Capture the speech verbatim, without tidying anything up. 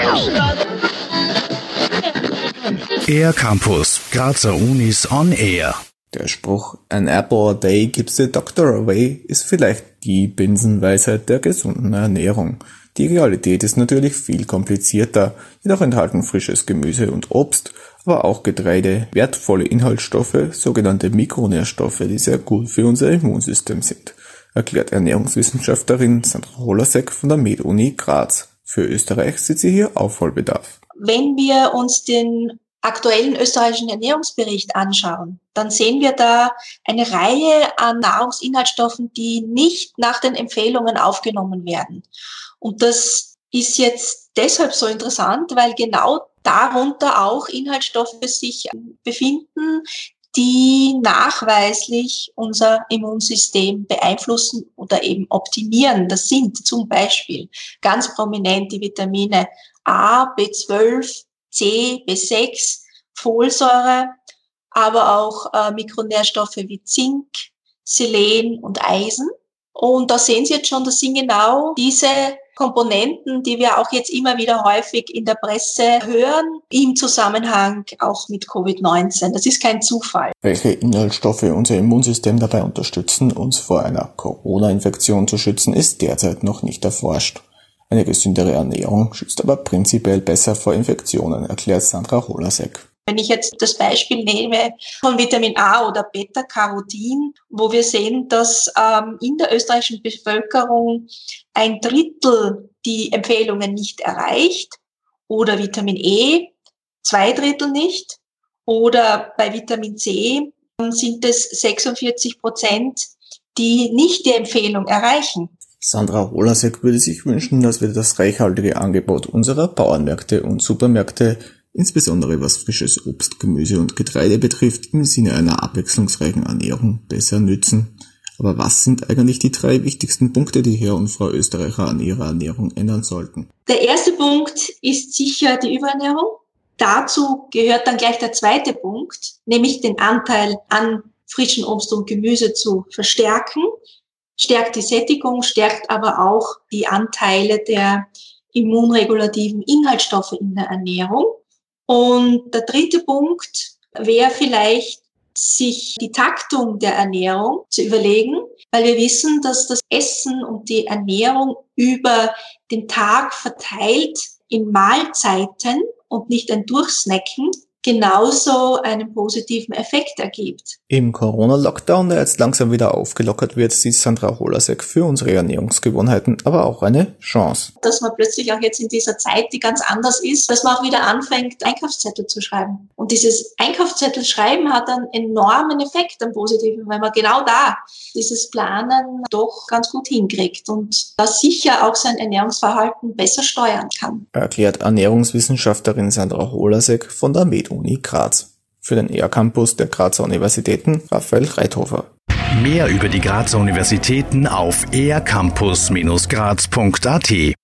Air Campus, Grazer Unis on Air. Der Spruch "An apple a day keeps the doctor away" ist vielleicht die Binsenweisheit der gesunden Ernährung. Die Realität ist natürlich viel komplizierter, jedoch enthalten frisches Gemüse und Obst, aber auch Getreide, wertvolle Inhaltsstoffe, sogenannte Mikronährstoffe, die sehr gut für unser Immunsystem sind, erklärt Ernährungswissenschaftlerin Sandra Holasek von der Med-Uni Graz. Für Österreich sieht sie hier Aufholbedarf. Wenn wir uns den aktuellen österreichischen Ernährungsbericht anschauen, dann sehen wir da eine Reihe an Nahrungsinhaltsstoffen, die nicht nach den Empfehlungen aufgenommen werden. Und das ist jetzt deshalb so interessant, weil genau darunter auch Inhaltsstoffe sich befinden, die nachweislich unser Immunsystem beeinflussen oder eben optimieren. Das sind zum Beispiel ganz prominent die Vitamine A, B zwölf, C, B sechs, Folsäure, aber auch äh, Mikronährstoffe wie Zink, Selen und Eisen. Und da sehen Sie jetzt schon, das sind genau diese Komponenten, die wir auch jetzt immer wieder häufig in der Presse hören, im Zusammenhang auch mit Covid neunzehn. Das ist kein Zufall. Welche Inhaltsstoffe unser Immunsystem dabei unterstützen, uns vor einer Corona-Infektion zu schützen, ist derzeit noch nicht erforscht. Eine gesündere Ernährung schützt aber prinzipiell besser vor Infektionen, erklärt Sandra Holasek. Wenn ich jetzt das Beispiel nehme von Vitamin A oder Beta-Carotin, wo wir sehen, dass ähm, in der österreichischen Bevölkerung ein Drittel die Empfehlungen nicht erreicht, oder Vitamin E, zwei Drittel nicht, oder bei Vitamin C sind es sechsundvierzig Prozent, die nicht die Empfehlung erreichen. Sandra Holasek würde sich wünschen, dass wir das reichhaltige Angebot unserer Bauernmärkte und Supermärkte, insbesondere was frisches Obst, Gemüse und Getreide betrifft, im Sinne einer abwechslungsreichen Ernährung besser nützen. Aber was sind eigentlich die drei wichtigsten Punkte, die Herr und Frau Österreicher an ihrer Ernährung ändern sollten? Der erste Punkt ist sicher die Überernährung. Dazu gehört dann gleich der zweite Punkt, nämlich den Anteil an frischen Obst und Gemüse zu verstärken. Stärkt die Sättigung, stärkt aber auch die Anteile der immunregulativen Inhaltsstoffe in der Ernährung. Und der dritte Punkt wäre vielleicht, sich die Taktung der Ernährung zu überlegen, weil wir wissen, dass das Essen und die Ernährung über den Tag verteilt in Mahlzeiten und nicht ein Durchsnacken genauso einen positiven Effekt ergibt. Im Corona-Lockdown, der jetzt langsam wieder aufgelockert wird, sieht Sandra Holasek für unsere Ernährungsgewohnheiten aber auch eine Chance. Dass man plötzlich auch jetzt in dieser Zeit, die ganz anders ist, dass man auch wieder anfängt, Einkaufszettel zu schreiben. Und dieses Einkaufszettel schreiben hat einen enormen Effekt, einen positiven, weil man genau da dieses Planen doch ganz gut hinkriegt und da sicher auch sein Ernährungsverhalten besser steuern kann. Erklärt Ernährungswissenschaftlerin Sandra Holasek von der Med-Uni Graz. Für den Air Campus der Grazer Universitäten Raphael Reithofer. Mehr über die Grazer Universitäten auf air campus Bindestrich graz punkt a t.